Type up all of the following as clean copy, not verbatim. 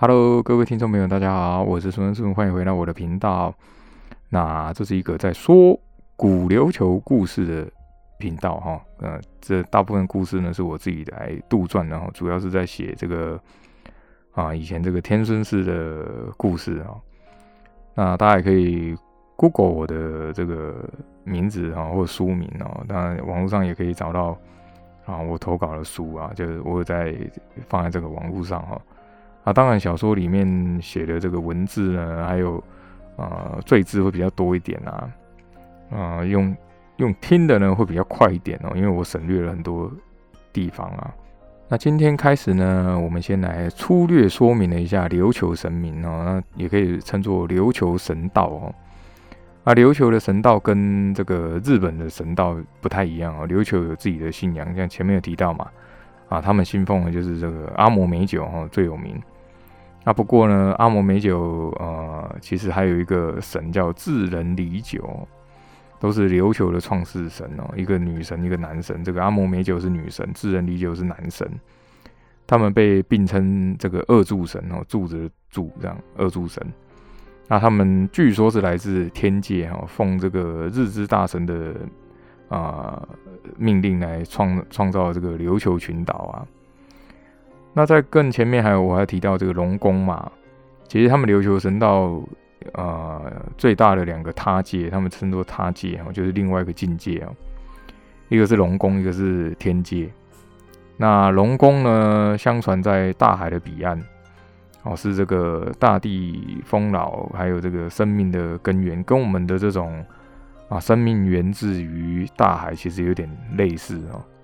Hello，各位听众朋友，大家好，我是孙恩顺，欢迎回到我的频道。那这是一个在说古琉球故事的频道哈。这大部分故事呢是我自己来杜撰的哈，主要是在写这个以前这个天孙氏的故事哈。那大家也可以 Google 我的这个名字哈，或者书名哦。当然网络上也可以找到我投稿的书就是我有在放在这个网络上哈。当然小说里面写的这个文字呢，还有赘字会比较多一点用听的呢会比较快一点因为我省略了很多地方那今天开始呢，我们先来粗略说明了一下琉球神明那也可以称作琉球神道琉球的神道跟这个日本的神道不太一样琉球有自己的信仰，像前面有提到嘛他们信奉的就是这个阿摩美酒最有名。不过呢，阿摩美酒其实还有一个神叫智人离酒，都是琉球的创世神一个女神，一个男神。这个阿摩美酒是女神，智人离酒是男神。他们被并称这个二柱神柱子的柱这样二柱神。那他们据说是来自天界奉这个日之大神的命令来创造这个琉球群岛那在更前面我还提到这个龙宫嘛，其实他们琉球神道最大的两个他界，他们称作他界就是另外一个境界一个是龙宫，一个是天界。那龙宫呢，相传在大海的彼岸是这个大地丰饶还有这个生命的根源，跟我们的这种生命源自于大海其实有点类似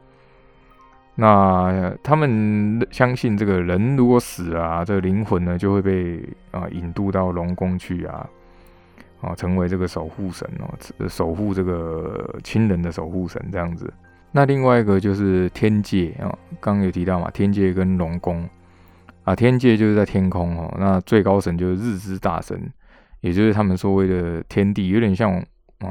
那他们相信这个人如果死这个灵魂呢就会被引渡到龙宫去成为这个守护神守护这个亲人的守护神这样子。那另外一个就是天界刚刚有提到嘛，天界跟龙宫天界就是在天空那最高神就是日之大神，也就是他们所谓的天帝，有点像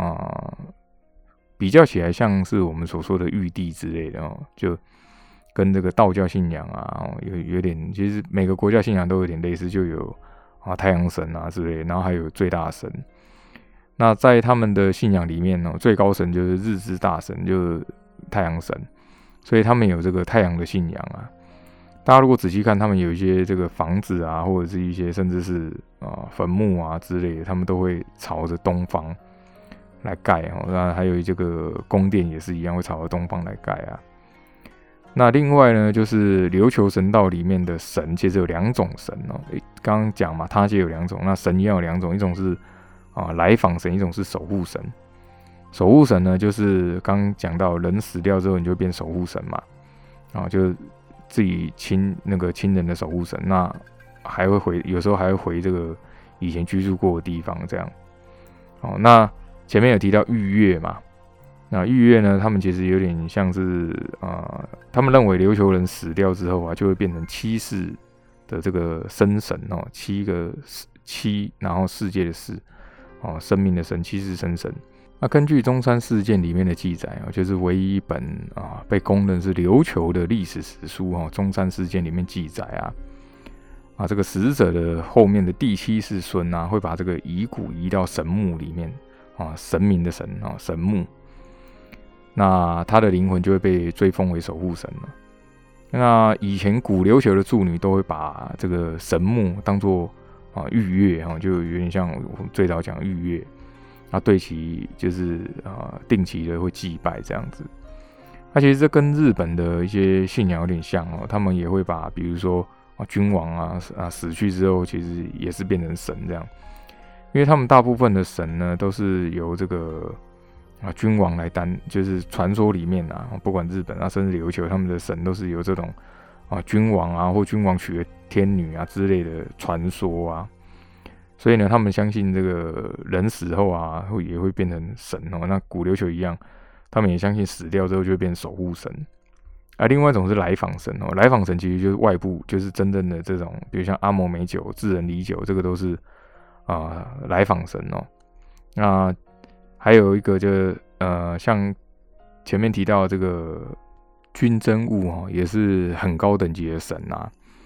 比较起来像是我们所说的玉帝之类的就跟这个道教信仰有点，其实每个国家信仰都有点类似，就有太阳神之类的，然后还有最大神。那在他们的信仰里面最高神就是日之大神，就是太阳神，所以他们有这个太阳的信仰大家如果仔细看，他们有一些这个房子或者是一些甚至是坟墓之类的，他们都会朝着东方来盖那还有这个宫殿也是一样，会朝着东方来盖那另外呢，就是琉球神道里面的神，其实有两种神刚刚讲嘛，他界有两种，那神一样有两种，一种是来访神，一种是守护神。守护神呢，就是刚讲到人死掉之后，你就会变守护神嘛就是自己亲人的守护神，那还会有时候还会回这个以前居住过的地方这样那前面有提到御月嘛，那御月呢，他们其实有点像是他们认为琉球人死掉之后就会变成七世的这个生神七然后世界的世生命的神，七世生神。那根据中山事件里面的记载就是唯一一本被公认是琉球的历史史书中山事件里面记载这个死者的后面的第七世孙会把这个遗骨移到神墓里面神明的神神墓，那他的灵魂就会被追封为守护神了。那以前古琉球的祝女都会把这个神墓当作御月就有点像我们最早讲御月对其就是定期的会祭拜这样子。其实这跟日本的一些信仰有点像他们也会把比如说君王死去之后，其实也是变成神这样，因为他们大部分的神呢都是由这个君王来担，就是传说里面不管日本甚至琉球，他们的神都是由这种君王或君王娶的天女之类的传说所以呢，他们相信这个人死后也会变成神那古琉球一样，他们也相信死掉之后就会变成守护神。另外一种是来访神来访神其实就是外部，就是真正的这种，比如像阿摩美酒、智人离酒，这个都是来访神那还有一个就是像前面提到这个君真悟也是很高等级的神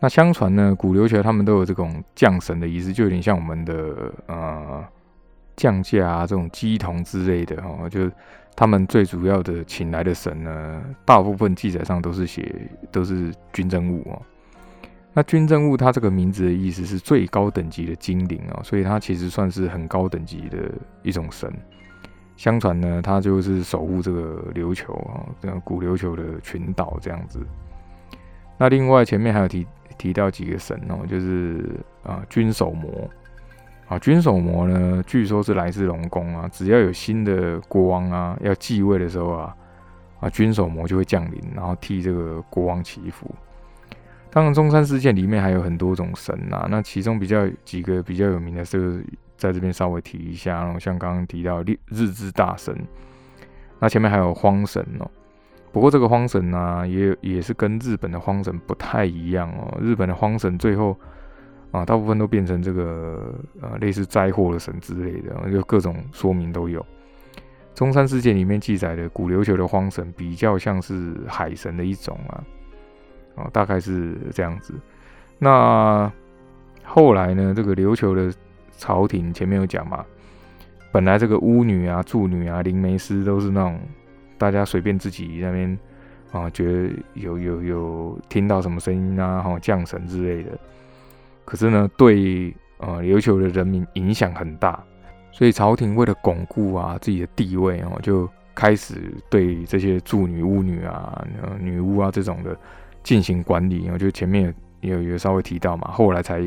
那相传呢，古琉球他们都有这种降神的仪式，就有点像我们的降价啊这种乩童之类的就他们最主要的请来的神呢，大部分记载上都是君真悟那君真悟它这个名字的意思是最高等级的精灵所以它其实算是很高等级的一种神。相传呢，它就是守护这个琉球这个古琉球的群岛这样子。那另外前面还有提到几个神就是君守魔君守魔呢，据说是来自龙宫只要有新的国王要继位的时候君守魔就会降临，然后替这个国王祈福。当然，中山事件里面还有很多种神那其中几个比较有名的是在这边稍微提一下像刚刚提到日之大神，那前面还有荒神不过这个荒神也是跟日本的荒神不太一样日本的荒神最后大部分都变成这个类似灾祸的神之类的，就各种说明都有。中山事件里面记载的古琉球的荒神比较像是海神的一种大概是这样子。那后来呢，这个琉球的朝廷前面有讲嘛，本来这个巫女祝女灵媒师都是那种大家随便自己那边觉得有听到什么声音降神之类的，可是呢对琉球的人民影响很大，所以朝廷为了巩固自己的地位就开始对这些祝女、巫女女巫这种的进行管理就前面有稍微提到嘛，后来才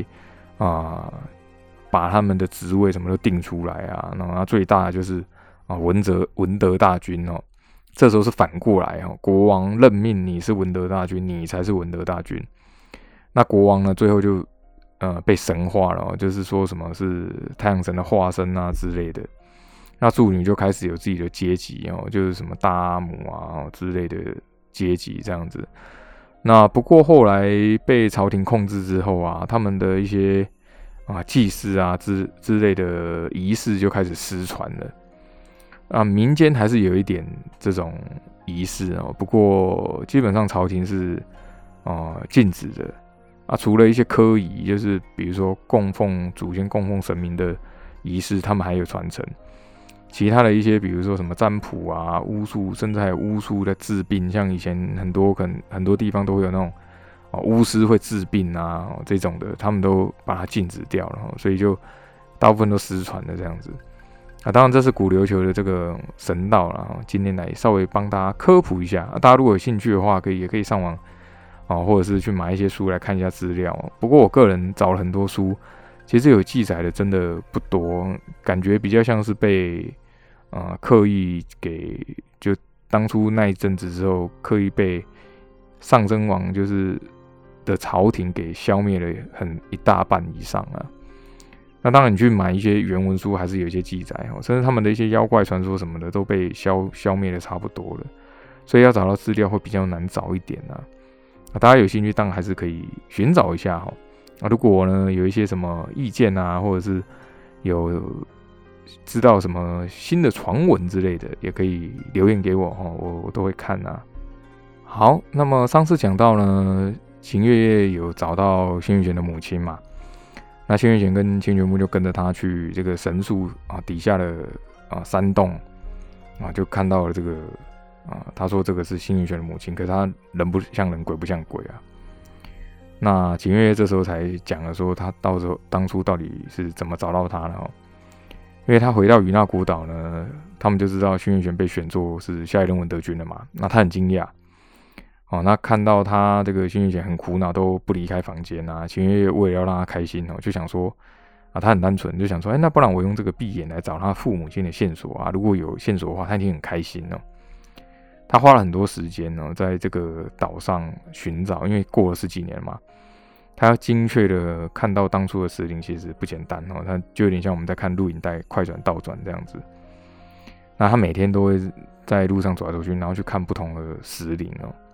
把他们的职位什么都定出来然后最大的就是文德大君这时候是反过来国王任命你是文德大君，你才是文德大君。那国王呢最后就被神化了就是说什么是太阳神的化身之类的。那祝女就开始有自己的阶级就是什么大阿姆之类的阶级这样子。那不过后来被朝廷控制之后他们的一些祭祀之类的仪式就开始失传了民间还是有一点这种仪式不过基本上朝廷是禁止的除了一些科仪，就是比如说供奉祖先、供奉神明的仪式，他们还有传承。其他的一些，比如说什么占卜巫术，甚至还有巫术的治病，像以前很多地方都会有那种巫师会治病这种的，他们都把它禁止掉了，所以就大部分都失传了这样子当然这是古琉球的这个神道啦，今天来稍微帮大家科普一下大家如果有兴趣的话，也可以上网或者是去买一些书来看一下资料不过我个人找了很多书，其实有记载的真的不多，感觉比较像是被刻意给就当初那一阵子之后刻意被上升王就是的朝廷给消灭了一大半以上那当然你去买一些原文书还是有一些记载甚至他们的一些妖怪传说什么的都被消灭的差不多了，所以要找到资料会比较难找一点大家有兴趣当然还是可以寻找一下如果呢有一些什么意见或者是有知道什么新的传闻之类的，也可以留言给我我都会看好，那么上次讲到呢，秦月夜有找到千与玄的母亲嘛，那千与玄跟千玄木就跟着他去这个神树底下的山洞就看到了这个他说这个是千与玄的母亲，可是他人不像人，鬼不像鬼那秦月夜这时候才讲了说他当初到底是怎么找到他的因为他回到与那国岛呢，他们就知道千与玄被选作是下一任文德君了嘛，那他很惊讶那看到他这个千与玄很苦恼都不离开房间秦月夜为了要让他开心就想说他很单纯，就想说那不然我用这个闭眼来找他父母亲的线索如果有线索的话他一定很开心他花了很多时间在这个岛上寻找，因为过了10几年嘛，他要精确的看到当初的石灵其实不简单他就有点像我们在看录影带快转倒转这样子。那他每天都会在路上走来走去，然后去看不同的石灵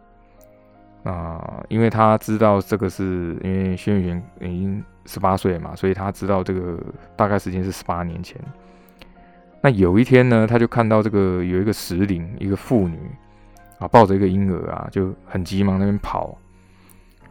因为他知道这个是因为千与玄已经18岁嘛，所以他知道这个大概时间是18年前。那有一天呢，他就看到这个有一个石灵，一个妇女抱着一个婴儿就很急忙那边跑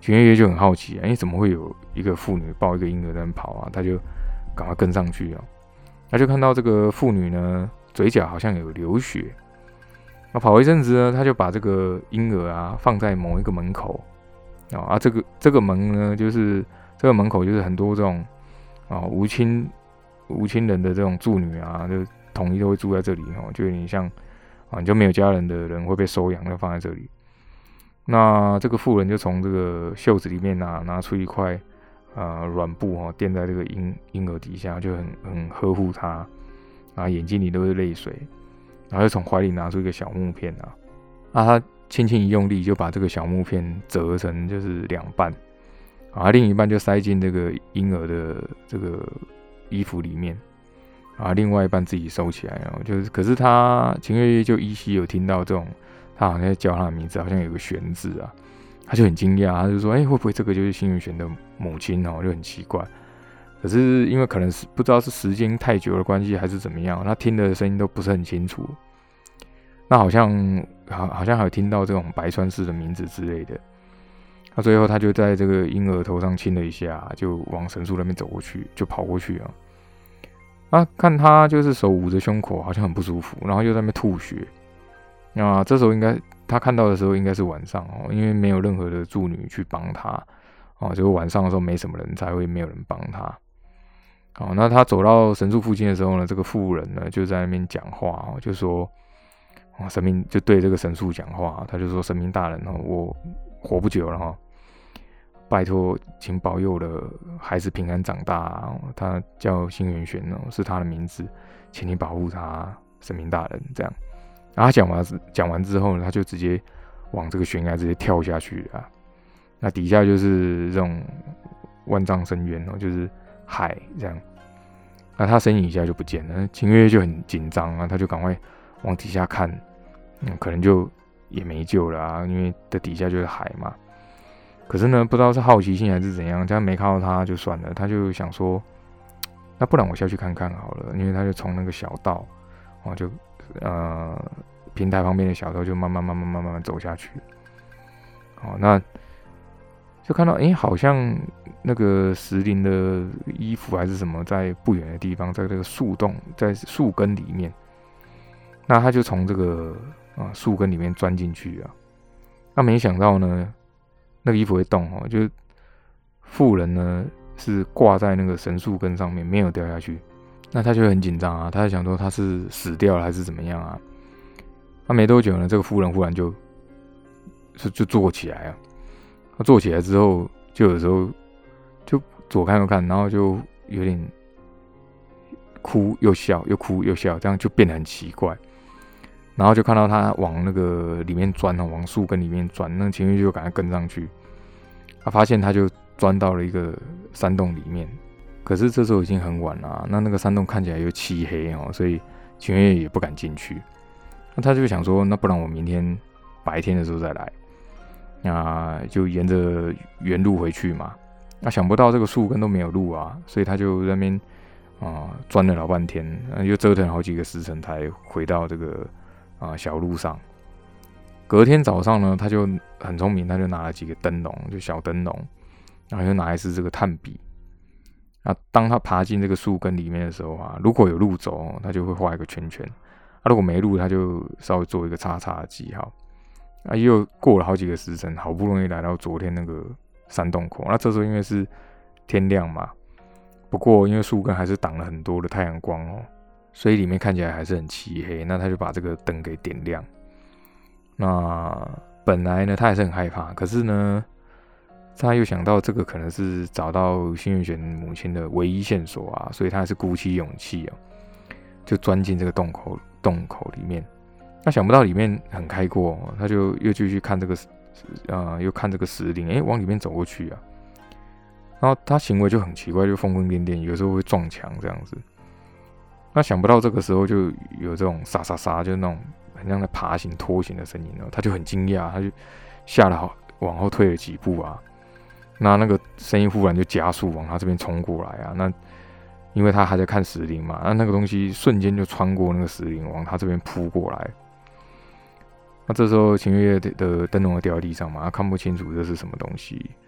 秦月月就很好奇啊，怎么会有一个妇女抱一个婴儿在那边跑啊？他就赶快跟上去啊。他就看到这个妇女呢，嘴角好像有流血。那跑一阵子呢，他就把这个婴儿啊放在某一个门口啊，这个门呢，就是这个门口就是很多这种无亲人的这种住女啊，就统一都会住在这里哦，就有点像你就没有家人的人会被收养，就放在这里。那这个妇人就从这个袖子里面拿出一块软布垫在这个婴儿底下，就很呵护他，啊眼睛里都是泪水。然后又从怀里拿出一个小木片他轻轻一用力，就把这个小木片折成就是2半，另一半就塞进这个婴儿的这个衣服里面，另外一半自己收起来。可是秦月月就依稀有听到这种，他好像在叫他的名字，好像有个玄字他就很惊讶，他就说：“会不会这个就是辛允玄的母亲就很奇怪。可是因为可能是不知道是时间太久的关系还是怎么样，他听的声音都不是很清楚。那好像还有听到这种白川氏的名字之类的。那最后他就在这个婴儿头上亲了一下，就往神树那边走过去，就跑过去看他就是手捂着胸口，好像很不舒服，然后又在那边吐血。那这时候他看到的时候应该是晚上因为没有任何的助女去帮他就晚上的时候没什么人，才会没有人帮他。那他走到神树附近的时候呢，这个妇人呢就在那边讲话就说神明就对这个神树讲话，他就说：“神明大人我活不久了拜托请保佑我的孩子平安长大他叫辛允玄是他的名字，请你保护他，神明大人。”这样，然后他讲完之后呢，他就直接往这个悬崖直接跳下去了那底下就是这种万丈深渊就是海这样。那他身影一下就不见了，秦月月就很紧张他就赶快往底下看，可能就也没救了因为的底下就是海嘛。可是呢，不知道是好奇心还是怎样，这样没看到他就算了，他就想说，那不然我下去看看好了，因为他就从那个小道就平台旁边的小道就慢慢走下去。那就看到好像那个石林的衣服还是什么，在不远的地方，在这个树洞，在树根里面。那他就从这个树根里面钻进去那没想到呢，那个衣服会动就妇人呢是挂在那个神树根上面，没有掉下去。那他就很紧张他在想说他是死掉了还是怎么样那没多久呢，这个妇人忽然就坐起来他坐起来之后，就有时候就左看右看，然后就有点哭又笑，又哭又笑，这样就变得很奇怪。然后就看到他往那个里面钻往树根里面钻，那秦月就赶快跟上去。他发现他就钻到了一个山洞里面，可是这时候已经很晚了那个山洞看起来又漆黑所以秦月也不敢进去。那他就想说，那不然我明天白天的时候再来。就沿着原路回去嘛。那想不到这个树根都没有路所以他就在那边钻了老半天，又折腾好几个时辰才回到这个小路上。隔天早上呢，他就很聪明，他就拿了几个灯笼，就小灯笼，然后又拿一支这个炭笔。当他爬进这个树根里面的时候如果有路走他就会画一个圈圈，如果没路他就稍微做一个叉叉的记号。又过了好几个时辰，好不容易来到昨天那个山洞口。那这时候因为是天亮嘛，不过因为树根还是挡了很多的太阳光所以里面看起来还是很漆黑。那他就把这个灯给点亮。那本来呢他还是很害怕，可是呢他又想到这个可能是找到辛允玄母亲的唯一线索所以他还是鼓起勇气就钻进这个洞口里面。那想不到里面很开阔他就又继续看这个又看这个石林，往里面走过去然后他行为就很奇怪，就疯疯癫癫，有时候会撞墙这样子。那想不到这个时候就有这种沙沙沙，就是那种很像在爬行拖行的声音他就很惊讶，他就吓得往后退了几步那个声音忽然就加速往他这边冲过来那因为他还在看石林嘛，那个东西瞬间就穿过那个石林往他这边扑过来。那这时候秦月月的灯笼掉在地上嘛，他看不清楚这是什么东西。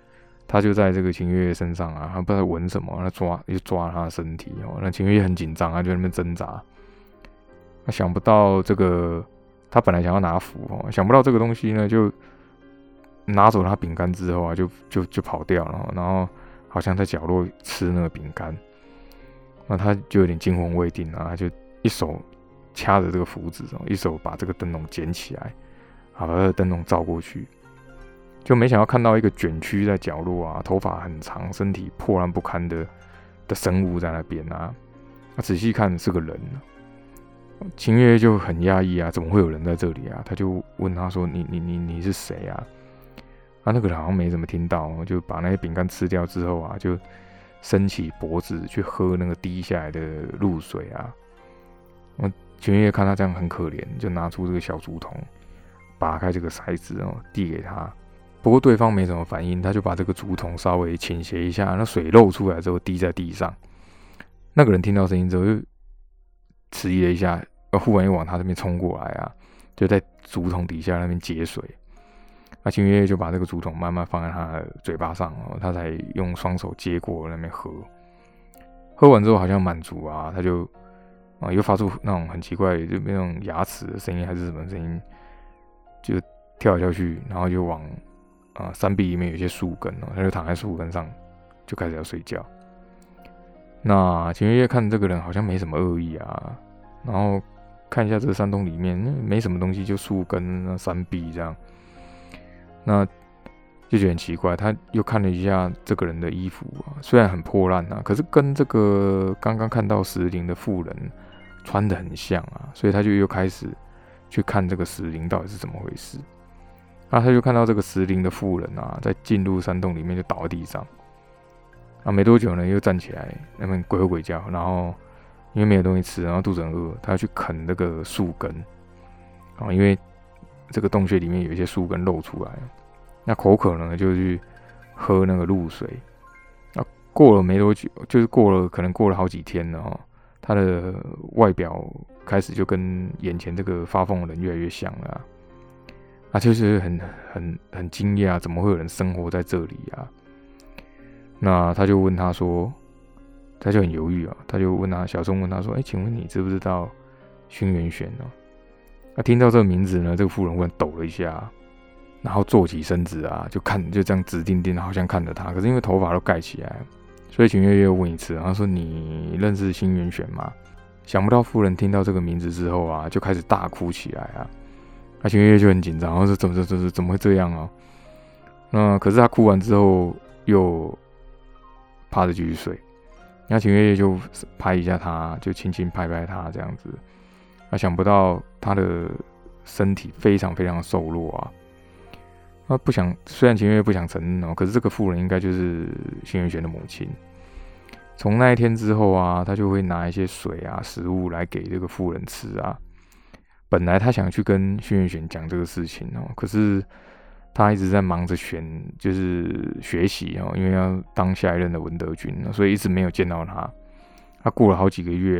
他就在这个秦月夜身上啊，他不知道闻什么，他抓他的身体哦。那秦月夜很紧张，他就在那边挣扎。他想不到这个，他本来想要拿符哦，想不到这个东西呢，就拿走他饼干之后啊，就跑掉了，然后好像在角落吃那个饼干。那他就有点惊魂未定啊，他就一手掐着这个符纸，一手把这个灯笼捡起来，把这个灯笼照过去。就没想到看到一个卷曲在角落啊，头发很长，身体破烂不堪的生物在那边啊。他仔细看是个人，秦月就很压抑啊，怎么会有人在这里啊？他就问他说：“你是谁啊？”那个人好像没怎么听到，就把那些饼干吃掉之后啊，就伸起脖子去喝那个滴下来的露水啊。秦月看他这样很可怜，就拿出这个小竹筒，拔开这个塞子递给他。不过对方没什么反应，他就把这个竹筒稍微倾斜一下，那水漏出来之后滴在地上。那个人听到声音之后就迟疑了一下，忽然又往他这边冲过来啊，就在竹筒底下那边接水。那秦月就把这个竹筒慢慢放在他的嘴巴上，他才用双手接过那边喝。喝完之后好像满足啊，他就又发出那种很奇怪，就那种牙齿的声音还是什么声音，就跳来跳去，然后就往山壁里面有一些树根他就躺在树根上，就开始要睡觉。那秦月看这个人好像没什么恶意啊，然后看一下这个山洞里面没什么东西，就树根、山壁这样，那就觉得很奇怪。他又看了一下这个人的衣服虽然很破烂可是跟这个刚刚看到石林的妇人穿得很像所以他就又开始去看这个石林到底是怎么回事。他就看到这个石林的妇人在进入山洞里面就倒在地上。没多久呢，又站起来，那边鬼吼鬼叫，然后因为没有东西吃，然后肚子很饿，他要去啃那个树根因为这个洞穴里面有一些树根露出来，那口渴呢，就去喝那个露水。过了没多久，就是可能过了好几天了他的外表开始就跟眼前这个发疯的人越来越像了他就是很惊讶，怎么会有人生活在这里啊？那他就问他说，他就很犹豫他就问他，小声问他说：“请问你知不知道轩辕玄呢？”听到这个名字呢，这个妇人忽然抖了一下，然后坐起身子就这样直定定，好像看着他。可是因为头发都盖起来，所以秦月又问一次，他说：“你认识轩辕玄吗？”想不到妇人听到这个名字之后就开始大哭起来秦月就很紧张，然后说：“怎么会这样那可是他哭完之后又趴着继续睡。那秦月就拍一下他，就轻轻拍拍他这样子。想不到他的身体非常非常瘦弱虽然秦月不想承认可是这个妇人应该就是轩辕玄的母亲。从那一天之后他就会拿一些水食物来给这个妇人吃本来他想去跟轩辕玄讲这个事情可是他一直在忙着就是学习因为要当下一任的文德君所以一直没有见到他。他过了好几个月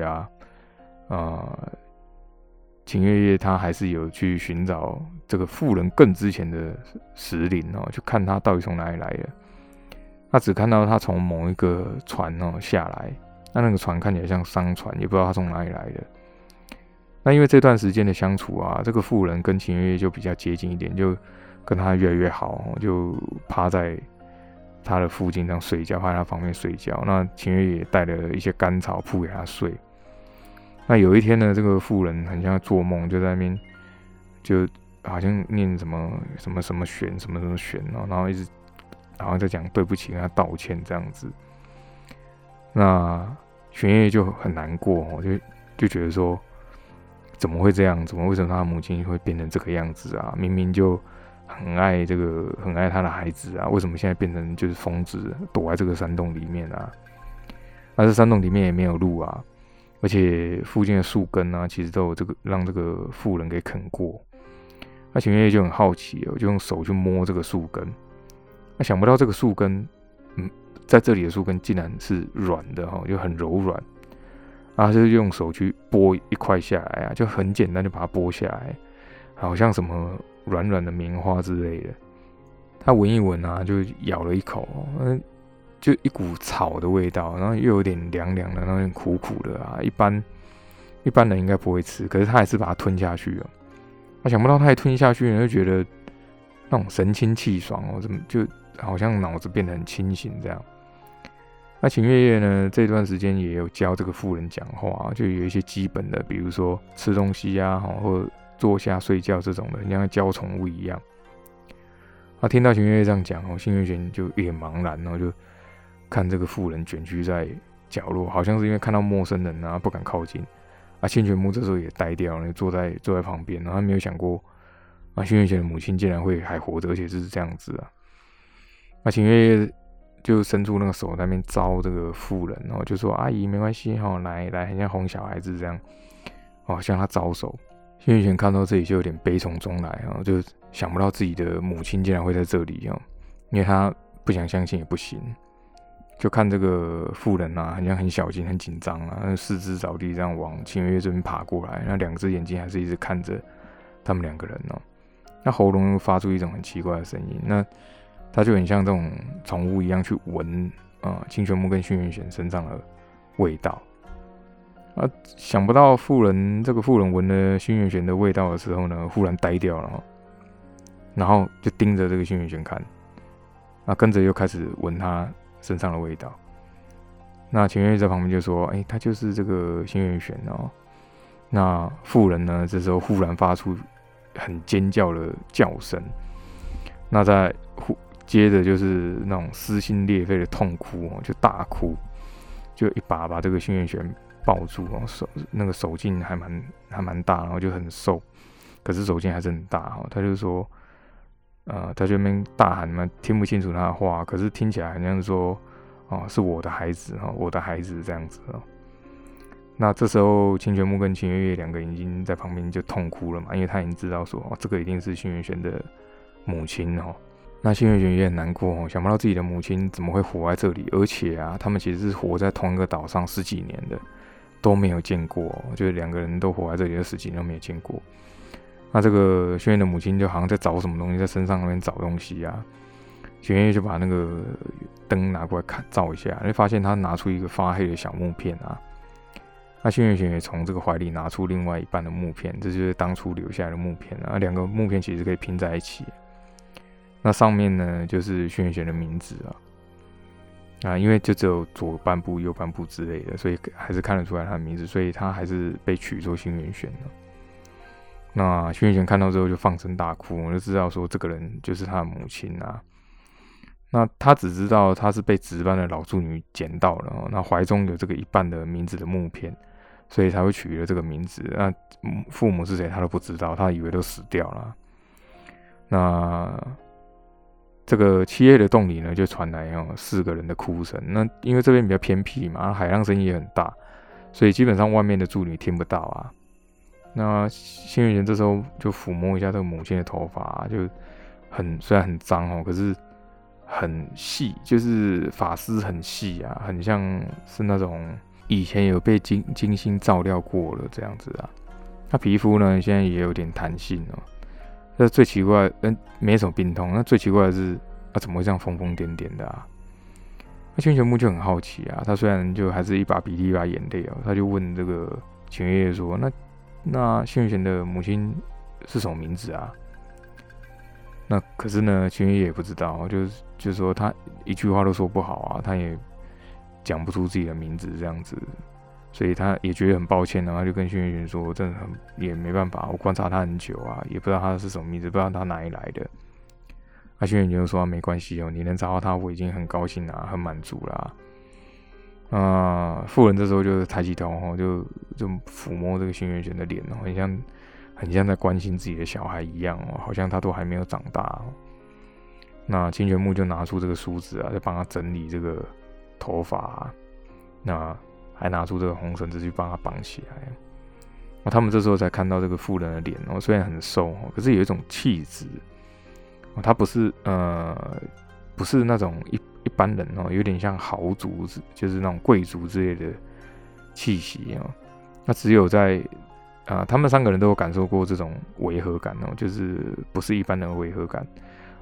秦月夜他还是有去寻找这个妇人更之前的石林去看他到底从哪里来的。他只看到他从某一个船下来，那个船看起来像商船，也不知道他从哪里来的。那因为这段时间的相处这个妇人跟秦月夜就比较接近一点，就跟他越来越好，就趴在他的附近这样睡觉，趴在他旁边睡觉。那秦月夜也带了一些干草铺给他睡。那有一天呢，这个妇人很像做梦，就在那边就好像念什么什么什么玄什么什么玄然后一直好像在讲对不起，跟他道歉这样子。那玄烨就很难过就觉得说怎么会这样？为什么他的母亲会变成这个样子明明就很爱他的孩子为什么现在变成就是疯子，躲在这个山洞里面这山洞里面也没有路而且附近的树根其实都有让这个妇人给啃过。那秦月就很好奇就用手去摸这个树根。那想不到这个树根在这里的树根竟然是软的就很柔软他就用手去剥一块下来就很简单就把它剥下来，好像什么软软的棉花之类的。 他闻一闻啊，就咬了一口，就一股草的味道，然后又有点凉凉的，然后有点苦苦的啊。一般人应该不会吃，可是他还是把它吞下去了。他想不到他一吞下去呢，就觉得那种神清气爽哦，怎么就好像脑子变得很清醒这样。那秦月夜呢，这段时间也有教这个妇人讲话，就有一些基本的，比如说吃东西啊，或者坐下睡觉这种的，像在教宠物一样。他听到秦月夜这样讲哦，新月玄就一脸茫然，然后就看这个妇人卷曲在角落，好像是因为看到陌生人啊，不敢靠近。清泉木这时候也呆掉了，坐在旁边，然后他没有想过新月玄的母亲竟然会还活着，而且是这样子啊。秦月夜就伸出那个手在那边招这个妇人，然后就说：“阿姨，没关系哈，来，很像哄小孩子这样，向他招手。”新月玄看到这里就有点悲从中来啊，就想不到自己的母亲竟然会在这里因为他不想相信也不行。就看这个妇人啊，好像很小心、很紧张啊，四肢着地这样往秦月夜这边爬过来，那两只眼睛还是一直看着他们两个人那喉咙又发出一种很奇怪的声音，那他就很像这种宠物一样去闻清泉木跟轩辕玄身上的味道。想不到这个妇人闻了轩辕玄的味道的时候呢，忽然呆掉了然后就盯着这个轩辕玄看，跟着又开始闻他身上的味道。那秦月夜在旁边就说：“他就是这个轩辕玄那妇人呢，这时候忽然发出很尖叫的叫声，那接着就是那种撕心裂肺的痛哭就大哭，就一把把这个轩辕玄抱住那个手劲还蛮大，然后就很瘦，可是手劲还是很大他就说。他就那边大喊嘛，听不清楚他的话，可是听起来好像是说，是我的孩子我的孩子这样子那这时候清泉木跟秦月夜两个人已经在旁边就痛哭了嘛，因为他已经知道说，这个一定是轩辕玄的母亲那轩辕玄也很难过想不到自己的母亲怎么会活在这里，而且他们其实是活在同一个岛上10几年的，都没有见过就是两个人都活在这里10几年都没有见过。那这个轩辕的母亲就好像在找什么东西，在身上那边找东西轩辕就把那个灯拿过来照一下，就发现他拿出一个发黑的小木片那轩辕也从这个怀里拿出另外一半的木片，这就是当初留下来的木片两个木片其实可以拼在一起。那上面呢就是轩辕的名字因为就只有左半部、右半部之类的，所以还是看得出来他的名字，所以他还是被取作轩辕玄那轩辕玄看到之后就放声大哭，我就知道说这个人就是他的母亲那他只知道他是被值班的老助女捡到了那怀中有这个一半的名字的木片，所以才会取了这个名字。那父母是谁他都不知道，他以为都死掉了。那这个漆黑的洞里呢，就传来4个人的哭声。那因为这边比较偏僻嘛，海浪声音也很大，所以基本上外面的助女听不到那轩辕玄这时候就抚摸一下这个母亲的头发就虽然很脏可是很细，就是发丝很细很像是那种以前有被精心照料过了这样子那皮肤呢现在也有点弹性那最奇怪没什么病痛，那最奇怪的是怎么会这样疯疯癫癫的那轩辕木就很好奇他虽然就还是一把鼻涕一把眼泪他就问这个秦月夜说那轩辕玄的母亲是什么名字那可是呢，秦月夜也不知道，就是说他一句话都说不好他也讲不出自己的名字这样子，所以他也觉得很抱歉他就跟轩辕玄说，真的也没办法，我观察他很久也不知道他是什么名字，不知道他哪里来的。轩辕玄就说没关系你能找到他，我已经很高兴很满足妇人这时候就抬起头就抚摸这个轩辕玄的脸很像在关心自己的小孩一样好像他都还没有长大那清泉木就拿出这个梳子在帮他整理这个头发那还拿出这个红绳子去帮他绑起来他们这时候才看到这个妇人的脸虽然很瘦可是有一种气质他不是那种一般人有点像豪族，就是那种贵族之类的气息那只有在他们3个人都有感受过这种违和感就是不是一般人的违和感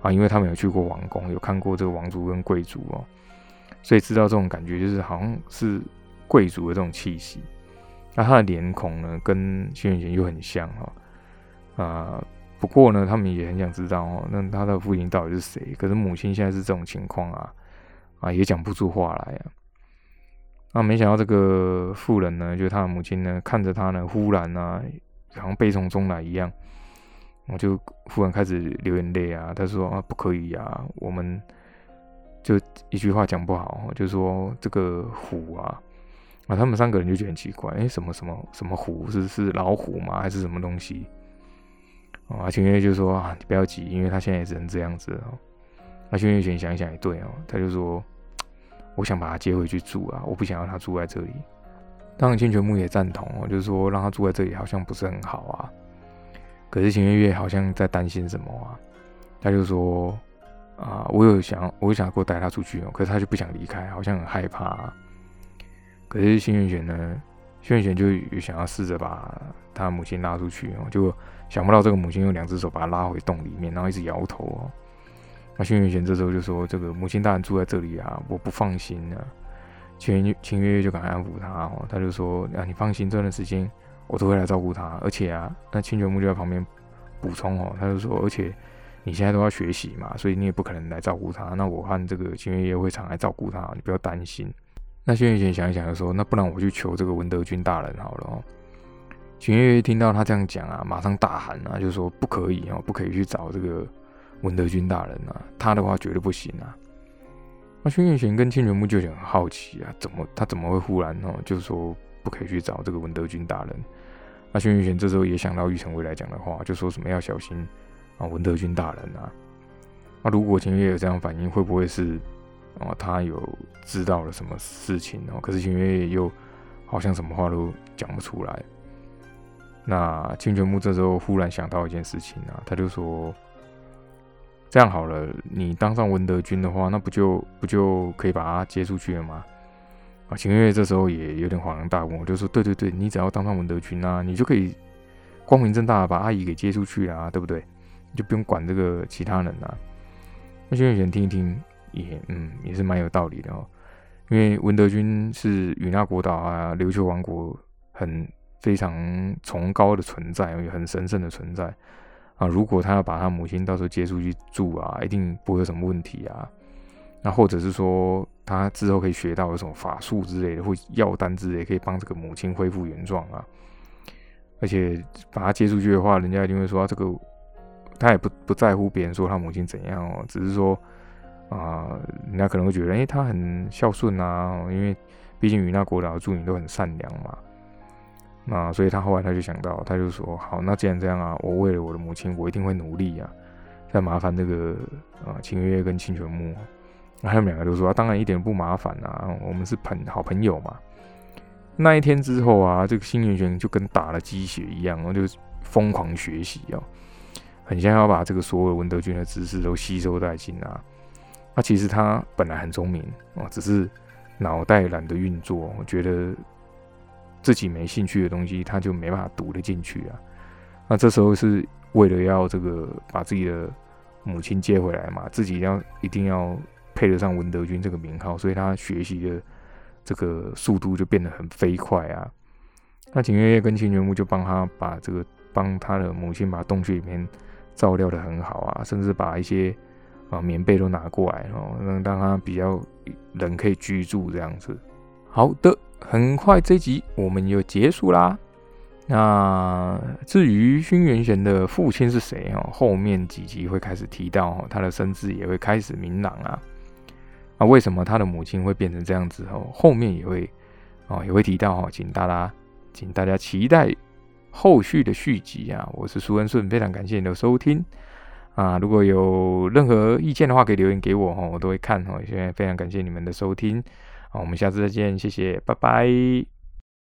啊，因为他们有去过王宫，有看过这个王族跟贵族哦，所以知道这种感觉就是好像是贵族的这种气息。那他的脸孔呢，跟新垣结衣又很像不过呢，他们也很想知道那他的父亲到底是谁？可是母亲现在是这种情况也讲不出话来那没想到这个妇人呢，就是他的母亲呢，看着他呢，忽然好像悲从中来一样，就忽然开始流眼泪他说不可以我们就一句话讲不好，就说这个虎他们3个人就觉得很奇怪，什么虎是老虎吗？还是什么东西？清月就说你不要急，因为他现在也只能这样子清月想一想也对他就说我想把他接回去住我不想让他住在这里。当然清泉木也赞同就是说让他住在这里好像不是很好可是清月好像在担心什么他就说我有想过带他出去可是他就不想离开，好像很害怕可是新垣结衣就有想要试着把他母亲拉出去结果想不到这个母亲用2只手把他拉回洞里面，然后一直摇头那新垣结衣这时候就说：“这个母亲大人住在这里我不放心清月就赶快安抚他他就说：“你放心，这段时间我都会来照顾他，而且那清泉木就在旁边补充他就说：“而且你现在都要学习嘛，所以你也不可能来照顾他。那我和这个清月也会常来照顾他，你不要担心。”那新垣结衣想一想就说：“那不然我去求这个文德君大人好了清月听到他这样讲马上大喊就说：“不可以不可以去找这个文德君大人他的话绝对不行那新垣结衣跟清泉木就很好奇他怎么会忽然就说不可以去找这个文德君大人？那新垣结衣这时候也想到玉成辉来讲的话，就说什么要小心文德君大人那如果清月有这样反应，会不会是他有知道了什么事情可是清月又好像什么话都讲不出来。那清泉木这时候忽然想到一件事情他就说：“这样好了，你当上文德君的话，那不就可以把他接出去了吗？”清月这时候也有点恍然大悟，我就说：“对，你只要当上文德君你就可以光明正大的把阿姨给接出去对不对？你就不用管这个其他人那清月听一听也是蛮有道理的因为文德君是与那国岛琉球王国非常崇高的存在，也很神圣的存在如果他要把他母亲到时候接出去住一定不会有什么问题那或者是说他之后可以学到有什么法术之类的，或药丹之类，可以帮这个母亲恢复原状而且把他接出去的话，人家一定会说这个他也不在乎别人说他母亲怎样只是说人家可能会觉得他很孝顺因为毕竟与那国岛的住民都很善良嘛。那所以他后来他就想到，他就说：“好，那既然这样我为了我的母亲，我一定会努力再麻烦这个清月跟清泉木。”那他们2个都说：“当然一点不麻烦我们是好朋友嘛。”那一天之后这个新垣结衣就跟打了鸡血一样就疯狂学习很像要把这个所有文德君的知识都吸收殆尽那其实他本来很聪明只是脑袋懒得运作，我觉得自己没兴趣的东西他就没办法读得进去那这时候是为了要这个把自己的母亲接回来嘛，自己一定要配得上文德君这个名号，所以他学习的这个速度就变得很飞快那景月跟清泉木就帮他的母亲把洞穴里面照料得很好甚至把一些棉被都拿过来让他比较人可以居住这样子。好的，很快这一集我们就结束啦。那至于新垣结衣的父亲是谁后面几集会开始提到他的身世也会开始明朗为什么他的母亲会变成这样子后面也会提到请大家期待后续的续集我是苏恩顺，非常感谢你的收听如果有任何意见的话可以留言给我我都会看现在非常感谢你们的收听我们下次再见，谢谢，拜拜。